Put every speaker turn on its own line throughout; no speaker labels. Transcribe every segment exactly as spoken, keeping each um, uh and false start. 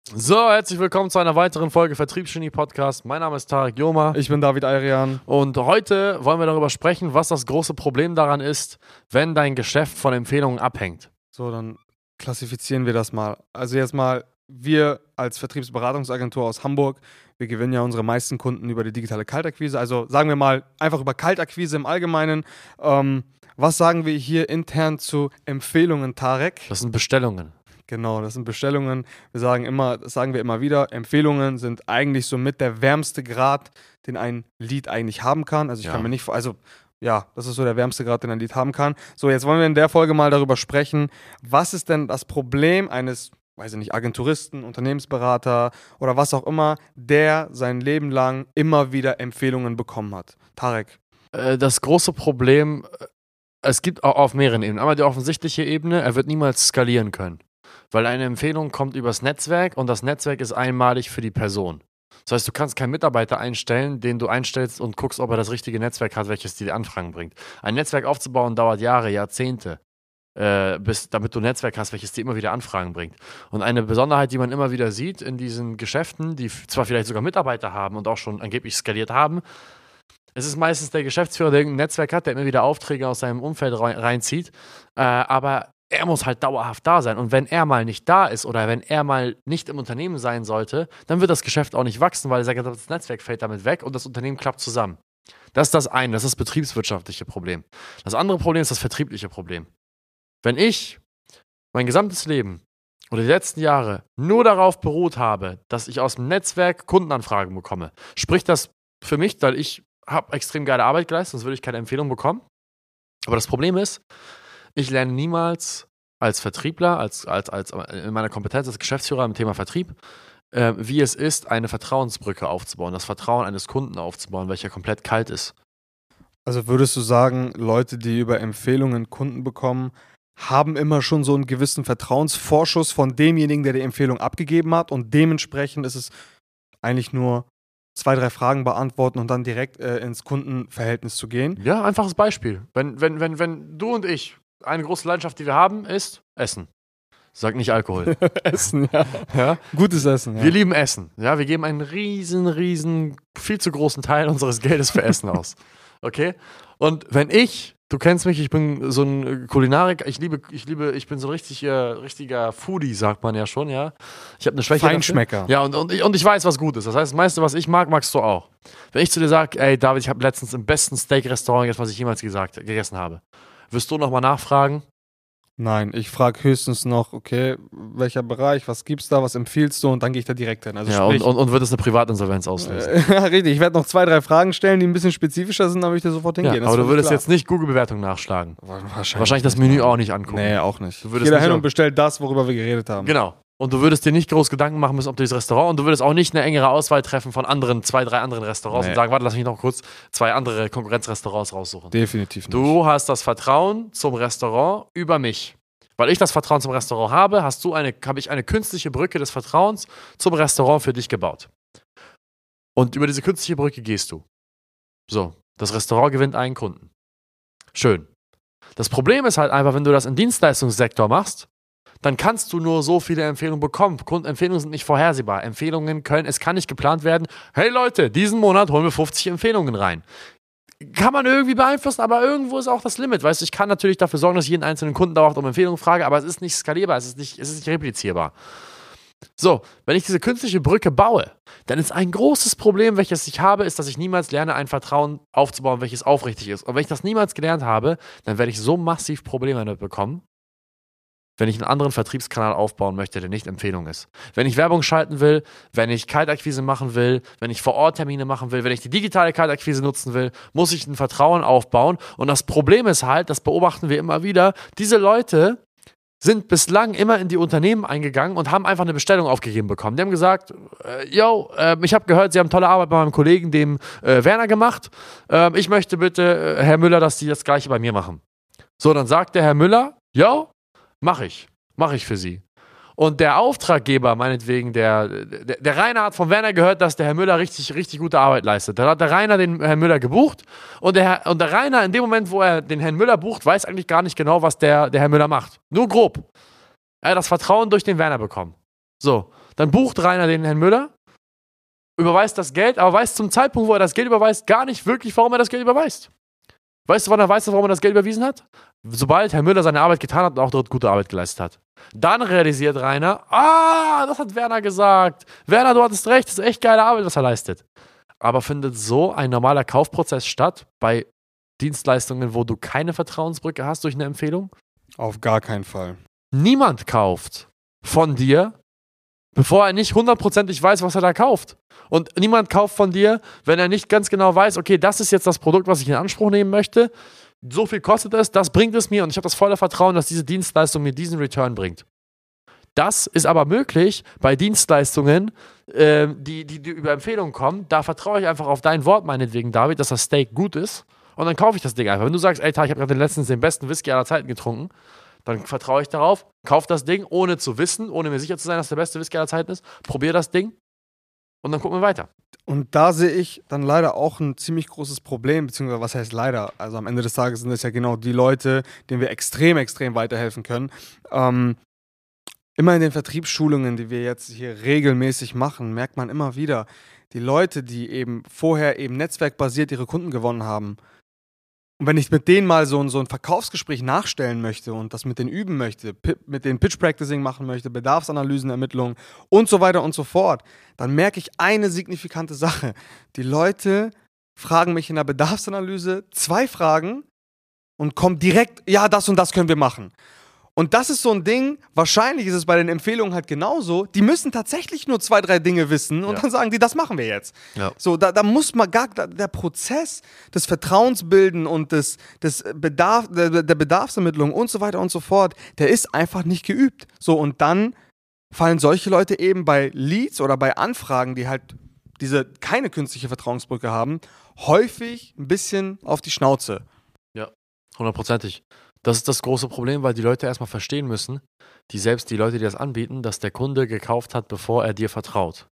So, herzlich willkommen zu einer weiteren Folge Vertriebsgenie Podcast. Mein Name ist Tarek Joma.
Ich bin David Ayrian.
Und heute wollen wir darüber sprechen, was das große Problem daran ist, wenn dein Geschäft von Empfehlungen abhängt.
So, dann klassifizieren wir das mal. Also jetzt mal, wir als Vertriebsberatungsagentur aus Hamburg, wir gewinnen ja unsere meisten Kunden über die digitale Kaltakquise. Also sagen wir mal einfach über Kaltakquise im Allgemeinen. Ähm, was sagen wir hier intern zu Empfehlungen, Tarek?
Das sind Bestellungen.
Genau, das sind Bestellungen. Wir sagen immer, das sagen wir immer wieder, Empfehlungen sind eigentlich so mit der wärmste Grad, den ein Lead eigentlich haben kann. Also ich
Ja.
kann mir nicht, also ja, das ist so der wärmste Grad, den ein Lead haben kann. So, jetzt wollen wir in der Folge mal darüber sprechen, was ist denn das Problem eines, weiß ich nicht, Agenturisten, Unternehmensberater oder was auch immer, der sein Leben lang immer wieder Empfehlungen bekommen hat. Tarek.
Äh, das große Problem, äh, es gibt auch auf mehreren Ebenen. Einmal die offensichtliche Ebene, er wird niemals skalieren können. Weil eine Empfehlung kommt übers Netzwerk und das Netzwerk ist einmalig für die Person. Das heißt, du kannst keinen Mitarbeiter einstellen, den du einstellst und guckst, ob er das richtige Netzwerk hat, welches dir die Anfragen bringt. Ein Netzwerk aufzubauen dauert Jahre, Jahrzehnte, äh, bis, damit du ein Netzwerk hast, welches dir immer wieder Anfragen bringt. Und eine Besonderheit, die man immer wieder sieht in diesen Geschäften, die f- zwar vielleicht sogar Mitarbeiter haben und auch schon angeblich skaliert haben, es ist meistens der Geschäftsführer, der irgendein Netzwerk hat, der immer wieder Aufträge aus seinem Umfeld rein- reinzieht, äh, aber er muss halt dauerhaft da sein. Und wenn er mal nicht da ist oder wenn er mal nicht im Unternehmen sein sollte, dann wird das Geschäft auch nicht wachsen, weil er sagt, das Netzwerk fällt damit weg und das Unternehmen klappt zusammen. Das ist das eine, das ist das betriebswirtschaftliche Problem. Das andere Problem ist das vertriebliche Problem. Wenn ich mein gesamtes Leben oder die letzten Jahre nur darauf beruht habe, dass ich aus dem Netzwerk Kundenanfragen bekomme, spricht das für mich, weil ich habe extrem geile Arbeit geleistet, sonst würde ich keine Empfehlung bekommen. Aber das Problem ist, ich lerne niemals als Vertriebler, als, als, als in meiner Kompetenz als Geschäftsführer im Thema Vertrieb, äh, wie es ist, eine Vertrauensbrücke aufzubauen, das Vertrauen eines Kunden aufzubauen, welcher komplett kalt ist.
Also würdest du sagen, Leute, die über Empfehlungen Kunden bekommen, haben immer schon so einen gewissen Vertrauensvorschuss von demjenigen, der die Empfehlung abgegeben hat und dementsprechend ist es eigentlich nur zwei, drei Fragen beantworten und dann direkt äh, ins Kundenverhältnis zu gehen?
Ja, einfaches Beispiel. Wenn, wenn, wenn, wenn du und ich, eine große Leidenschaft, die wir haben, ist Essen. Sag nicht Alkohol.
Essen, ja.
Ja?
Gutes Essen, ja.
Wir lieben Essen. Ja, wir geben einen riesen, riesen, viel zu großen Teil unseres Geldes für Essen aus. Okay? Und wenn ich, du kennst mich, ich bin so ein Kulinarik, ich liebe, ich liebe, ich bin so ein richtig, äh, richtiger Foodie, sagt man ja schon, ja. Ich habe eine Schwäche.
Feinschmecker.
Dafür. Ja, und, und, ich, und ich weiß, was gut ist. Das heißt, das meiste, was ich mag, magst du auch. Wenn ich zu dir sage, ey David, ich habe letztens im besten Steak-Restaurant gegessen, was ich jemals gesagt, gegessen habe, wirst du nochmal nachfragen?
Nein, ich frage höchstens noch, okay, welcher Bereich, was gibt's da, was empfiehlst du und dann gehe ich da direkt hin. Also
Ja, und,
sprich,
und, und wird es eine Privatinsolvenz auslösen?
Ja, richtig, ich werde noch zwei, drei Fragen stellen, die ein bisschen spezifischer sind, dann würde ich da sofort hingehen.
Ja,
Das
aber
ist
du
völlig
würdest
klar.
jetzt nicht Google-Bewertung nachschlagen.
Wahrscheinlich,
Wahrscheinlich das
nicht,
Menü
nein.
auch nicht angucken.
Nee, auch nicht.
Du
Ich
würdest
gehe da
nicht
hin
auch-
und bestell das, worüber wir geredet haben.
Genau. Und du würdest dir nicht groß Gedanken machen müssen, ob du dieses Restaurant, und du würdest auch nicht eine engere Auswahl treffen von anderen, zwei, drei anderen Restaurants
Nee.
und sagen, warte, lass mich noch kurz zwei andere Konkurrenzrestaurants raussuchen.
Definitiv nicht.
Du hast das Vertrauen zum Restaurant über mich. Weil ich das Vertrauen zum Restaurant habe, hast du eine, habe ich eine künstliche Brücke des Vertrauens zum Restaurant für dich gebaut. Und über diese künstliche Brücke gehst du. So, das Restaurant gewinnt einen Kunden. Schön. Das Problem ist halt einfach, wenn du das im Dienstleistungssektor machst, dann kannst du nur so viele Empfehlungen bekommen. Kundenempfehlungen sind nicht vorhersehbar. Empfehlungen können, es kann nicht geplant werden, hey Leute, diesen Monat holen wir fünfzig Empfehlungen rein. Kann man irgendwie beeinflussen, aber irgendwo ist auch das Limit. Weißt du, ich kann natürlich dafür sorgen, dass ich jeden einzelnen Kunden dauerhaft um Empfehlungen frage, aber es ist nicht skalierbar, es ist nicht, es ist nicht replizierbar. So, wenn ich diese künstliche Brücke baue, dann ist ein großes Problem, welches ich habe, ist, dass ich niemals lerne, ein Vertrauen aufzubauen, welches aufrichtig ist. Und wenn ich das niemals gelernt habe, dann werde ich so massiv Probleme damit bekommen, wenn ich einen anderen Vertriebskanal aufbauen möchte, der nicht Empfehlung ist. Wenn ich Werbung schalten will, wenn ich Kaltakquise machen will, wenn ich Vor-Ort-Termine machen will, wenn ich die digitale Kaltakquise nutzen will, muss ich ein Vertrauen aufbauen. Und das Problem ist halt, das beobachten wir immer wieder, diese Leute sind bislang immer in die Unternehmen eingegangen und haben einfach eine Bestellung aufgegeben bekommen. Die haben gesagt, äh, yo, äh, ich habe gehört, Sie haben tolle Arbeit bei meinem Kollegen, dem äh, Werner, gemacht. Äh, ich möchte bitte, äh, Herr Müller, dass Sie das Gleiche bei mir machen. So, dann sagt der Herr Müller, yo, mach ich, mach ich für Sie. Und der Auftraggeber, meinetwegen, der, der, der Rainer hat von Werner gehört, dass der Herr Müller richtig, richtig gute Arbeit leistet. Dann hat der Rainer den Herrn Müller gebucht und der, Herr, und der Rainer in dem Moment, wo er den Herrn Müller bucht, weiß eigentlich gar nicht genau, was der, der Herr Müller macht. Nur grob. Er hat das Vertrauen durch den Werner bekommen. So, Dann bucht Rainer den Herrn Müller, überweist das Geld, aber weiß zum Zeitpunkt, wo er das Geld überweist, gar nicht wirklich, warum er das Geld überweist. Weißt du, wann er weiß, warum er das Geld überwiesen hat? Sobald Herr Müller seine Arbeit getan hat und auch dort gute Arbeit geleistet hat. Dann realisiert Rainer, ah, das hat Werner gesagt. Werner, du hattest recht, das ist echt geile Arbeit, was er leistet. Aber findet so ein normaler Kaufprozess statt bei Dienstleistungen, wo du keine Vertrauensbrücke hast durch eine Empfehlung?
Auf gar keinen Fall.
Niemand kauft von dir, bevor er nicht hundertprozentig weiß, was er da kauft. Und niemand kauft von dir, wenn er nicht ganz genau weiß, okay, das ist jetzt das Produkt, was ich in Anspruch nehmen möchte. So viel kostet es, das bringt es mir und ich habe das volle Vertrauen, dass diese Dienstleistung mir diesen Return bringt. Das ist aber möglich bei Dienstleistungen, äh, die, die, die über Empfehlungen kommen. Da vertraue ich einfach auf dein Wort, meinetwegen, David, dass das Steak gut ist. Und dann kaufe ich das Ding einfach. Wenn du sagst, ey, ich habe gerade den letzten den besten Whisky aller Zeiten getrunken, dann vertraue ich darauf, kaufe das Ding, ohne zu wissen, ohne mir sicher zu sein, dass der beste Whisky aller Zeiten ist, probiere das Ding und dann gucken wir weiter.
Und da sehe ich dann leider auch ein ziemlich großes Problem, beziehungsweise was heißt leider? Also am Ende des Tages sind das ja genau die Leute, denen wir extrem, extrem weiterhelfen können. Ähm, immer in den Vertriebsschulungen, die wir jetzt hier regelmäßig machen, merkt man immer wieder, die Leute, die eben vorher eben netzwerkbasiert ihre Kunden gewonnen haben, und wenn ich mit denen mal so ein, so ein Verkaufsgespräch nachstellen möchte und das mit denen üben möchte, pi- mit denen Pitch-Practicing machen möchte, Bedarfsanalysen, Ermittlungen und so weiter und so fort, dann merke ich eine signifikante Sache. Die Leute fragen mich in der Bedarfsanalyse zwei Fragen und kommen direkt, ja, das und das können wir machen. Und das ist so ein Ding, wahrscheinlich ist es bei den Empfehlungen halt genauso, die müssen tatsächlich nur zwei, drei Dinge wissen und
Ja.
dann sagen die, das machen wir jetzt.
Ja.
So, da, da muss man gar, da, der Prozess des Vertrauensbilden und des, des Bedarf, der, der Bedarfsermittlung und so weiter und so fort, der ist einfach nicht geübt. So, und dann fallen solche Leute eben bei Leads oder bei Anfragen, die halt diese keine künstliche Vertrauensbrücke haben, häufig ein bisschen auf die Schnauze.
Hundertprozentig. Das ist das große Problem, weil die Leute erstmal verstehen müssen, die selbst die Leute, die das anbieten, dass der Kunde gekauft hat, bevor er dir vertraut.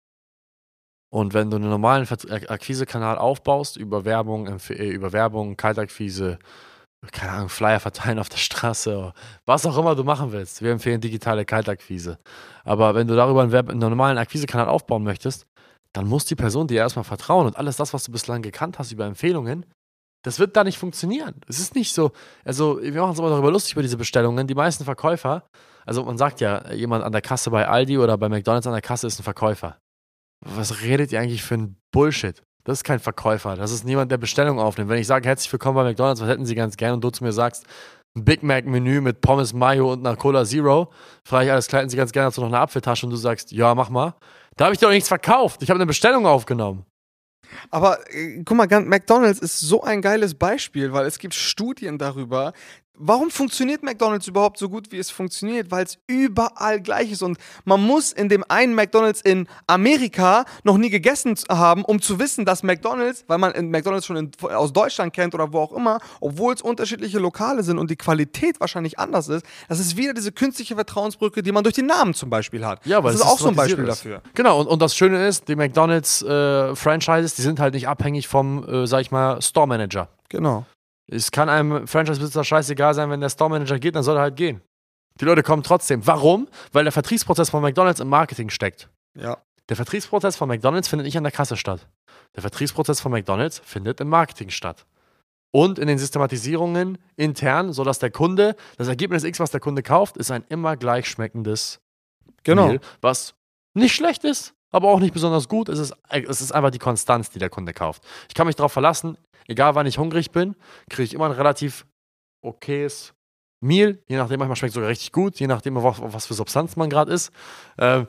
Und wenn du einen normalen Vert- Ak- Akquisekanal aufbaust, über Werbung, empf- äh, über Werbung, Kaltakquise, keine Ahnung, Flyer verteilen auf der Straße, oder was auch immer du machen willst. Wir empfehlen digitale Kaltakquise. Aber wenn du darüber einen, Werb- einen normalen Akquisekanal aufbauen möchtest, dann muss die Person dir erstmal vertrauen und alles das, was du bislang gekannt hast über Empfehlungen, das wird da nicht funktionieren. Es ist nicht so, also wir machen uns immer darüber lustig über diese Bestellungen. Die meisten Verkäufer, also man sagt ja, jemand an der Kasse bei Aldi oder bei McDonald's an der Kasse ist ein Verkäufer. Was redet ihr eigentlich für ein Bullshit? Das ist kein Verkäufer, das ist niemand, der Bestellung aufnimmt. Wenn ich sage, herzlich willkommen bei McDonald's, was hätten Sie ganz gern und du zu mir sagst, ein Big Mac Menü mit Pommes Mayo und einer Cola Zero, frage ich, alles klar, hätten Sie ganz gerne dazu noch eine Apfeltasche und du sagst, ja, mach mal. Da habe ich dir doch nichts verkauft, ich habe eine Bestellung aufgenommen.
Aber äh, guck mal, ganz- McDonald's ist so ein geiles Beispiel, weil es gibt Studien darüber. Warum funktioniert McDonald's überhaupt so gut, wie es funktioniert? Weil es überall gleich ist. Und man muss in dem einen McDonald's in Amerika noch nie gegessen z- haben, um zu wissen, dass McDonald's, weil man in McDonald's schon in, aus Deutschland kennt oder wo auch immer, obwohl es unterschiedliche Lokale sind und die Qualität wahrscheinlich anders ist, das ist wieder diese künstliche Vertrauensbrücke, die man durch den Namen zum Beispiel hat.
Ja, weil
das
es
ist auch so ein
systematisiert
Beispiel
ist.
dafür.
Genau, und, und das Schöne ist, die McDonalds-Franchises, die sind halt nicht abhängig vom, äh, sag ich mal, Store-Manager.
Genau.
Es kann einem Franchise-Besitzer scheißegal sein, wenn der Store-Manager geht, dann soll er halt gehen. Die Leute kommen trotzdem. Warum? Weil der Vertriebsprozess von McDonalds im Marketing steckt.
Ja.
Der Vertriebsprozess von McDonalds findet nicht an der Kasse statt. Der Vertriebsprozess von McDonalds findet im Marketing statt. Und in den Systematisierungen intern, sodass der Kunde, das Ergebnis X, was der Kunde kauft, ist ein immer gleich schmeckendes
Genau.
Meal, was nicht schlecht ist, aber auch nicht besonders gut. Es ist, es ist einfach die Konstanz, die der Kunde kauft. Ich kann mich darauf verlassen, egal wann ich hungrig bin, kriege ich immer ein relativ okayes Meal. Je nachdem, manchmal schmeckt es sogar richtig gut, je nachdem, auf was, auf was für Substanz man gerade ist. Ähm,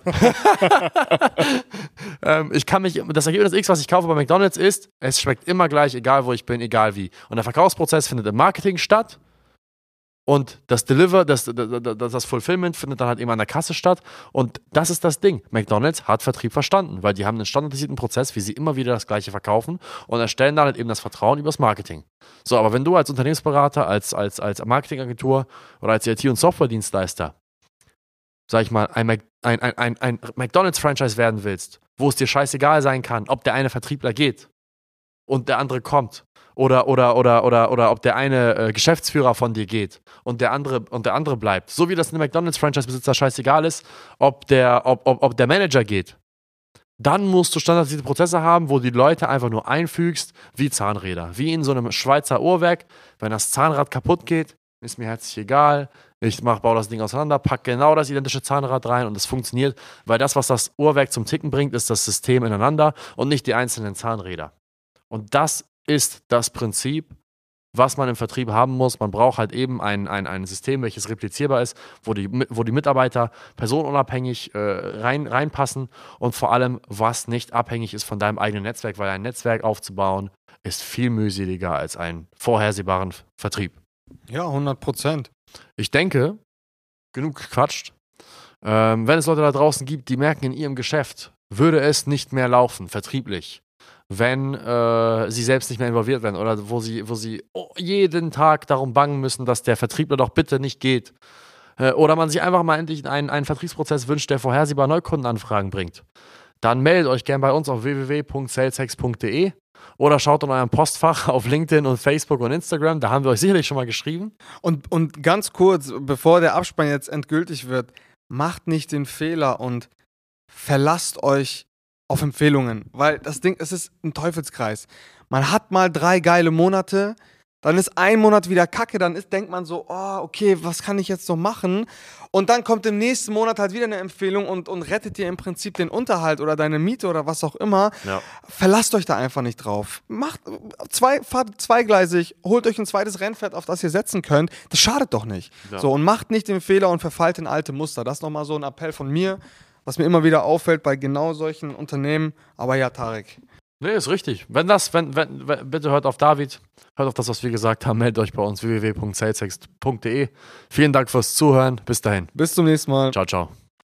ähm, ich kann mich, das Ergebnis X, was ich kaufe bei McDonalds ist, es schmeckt immer gleich, egal wo ich bin, egal wie. Und der Verkaufsprozess findet im Marketing statt. Und das Deliver, das, das, das, das Fulfillment findet dann halt eben an der Kasse statt. Und das ist das Ding. McDonald's hat Vertrieb verstanden, weil die haben einen standardisierten Prozess, wie sie immer wieder das Gleiche verkaufen und erstellen dann halt eben das Vertrauen übers Marketing. So, aber wenn du als Unternehmensberater, als, als, als Marketingagentur oder als I T- und Softwaredienstleister, sag ich mal, ein, Mac, ein, ein, ein, ein McDonald's-Franchise werden willst, wo es dir scheißegal sein kann, ob der eine Vertriebler geht und der andere kommt oder, oder, oder, oder, oder ob der eine äh, Geschäftsführer von dir geht und der andere und der andere bleibt. So wie das einem McDonalds-Franchise-Besitzer scheißegal ist, ob der, ob, ob, ob der Manager geht. Dann musst du standardisierte Prozesse haben, wo die Leute einfach nur einfügst, wie Zahnräder. Wie in so einem Schweizer Uhrwerk. Wenn das Zahnrad kaputt geht, ist mir herzlich egal. Ich mach, baue das Ding auseinander, packe genau das identische Zahnrad rein und es funktioniert, weil das, was das Uhrwerk zum Ticken bringt, ist das System ineinander und nicht die einzelnen Zahnräder. Und das ist das Prinzip, was man im Vertrieb haben muss. Man braucht halt eben ein, ein, ein System, welches replizierbar ist, wo die, wo die Mitarbeiter personenunabhängig äh, rein, reinpassen und vor allem, was nicht abhängig ist von deinem eigenen Netzwerk, weil ein Netzwerk aufzubauen ist viel mühseliger als einen vorhersehbaren Vertrieb.
Ja, hundert Prozent.
Ich denke, genug gequatscht. Ähm, wenn es Leute da draußen gibt, die merken, in ihrem Geschäft würde es nicht mehr laufen, vertrieblich, wenn äh, sie selbst nicht mehr involviert werden oder wo sie, wo sie jeden Tag darum bangen müssen, dass der Vertriebler doch bitte nicht geht. Äh, oder man sich einfach mal endlich einen, einen Vertriebsprozess wünscht, der vorhersehbar Neukundenanfragen bringt. Dann meldet euch gerne bei uns auf w w w punkt saleshacks punkt d e oder schaut in eurem Postfach auf LinkedIn und Facebook und Instagram. Da haben wir euch sicherlich schon mal geschrieben.
Und, und ganz kurz, bevor der Abspann jetzt endgültig wird, macht nicht den Fehler und verlasst euch auf Empfehlungen, weil das Ding, es ist ein Teufelskreis. Man hat mal drei geile Monate, dann ist ein Monat wieder Kacke, dann ist, denkt man so, oh, okay, was kann ich jetzt noch machen? Und dann kommt im nächsten Monat halt wieder eine Empfehlung und, und rettet dir im Prinzip den Unterhalt oder deine Miete oder was auch immer.
Ja.
Verlasst euch da einfach nicht drauf. Macht zwei, fahrt zweigleisig, holt euch ein zweites Rennpferd, auf das ihr setzen könnt. Das schadet doch nicht.
Ja.
So, und macht nicht den Fehler und verfallt in alte Muster. Das ist nochmal so ein Appell von mir, was mir immer wieder auffällt bei genau solchen Unternehmen. Aber ja, Tarek.
Nee, ist richtig. Wenn das, wenn, wenn, wenn, bitte hört auf David, hört auf das, was wir gesagt haben, meldet euch bei uns w w w punkt saleshacks punkt d e. Vielen Dank fürs Zuhören. Bis dahin.
Bis zum nächsten Mal.
Ciao, ciao.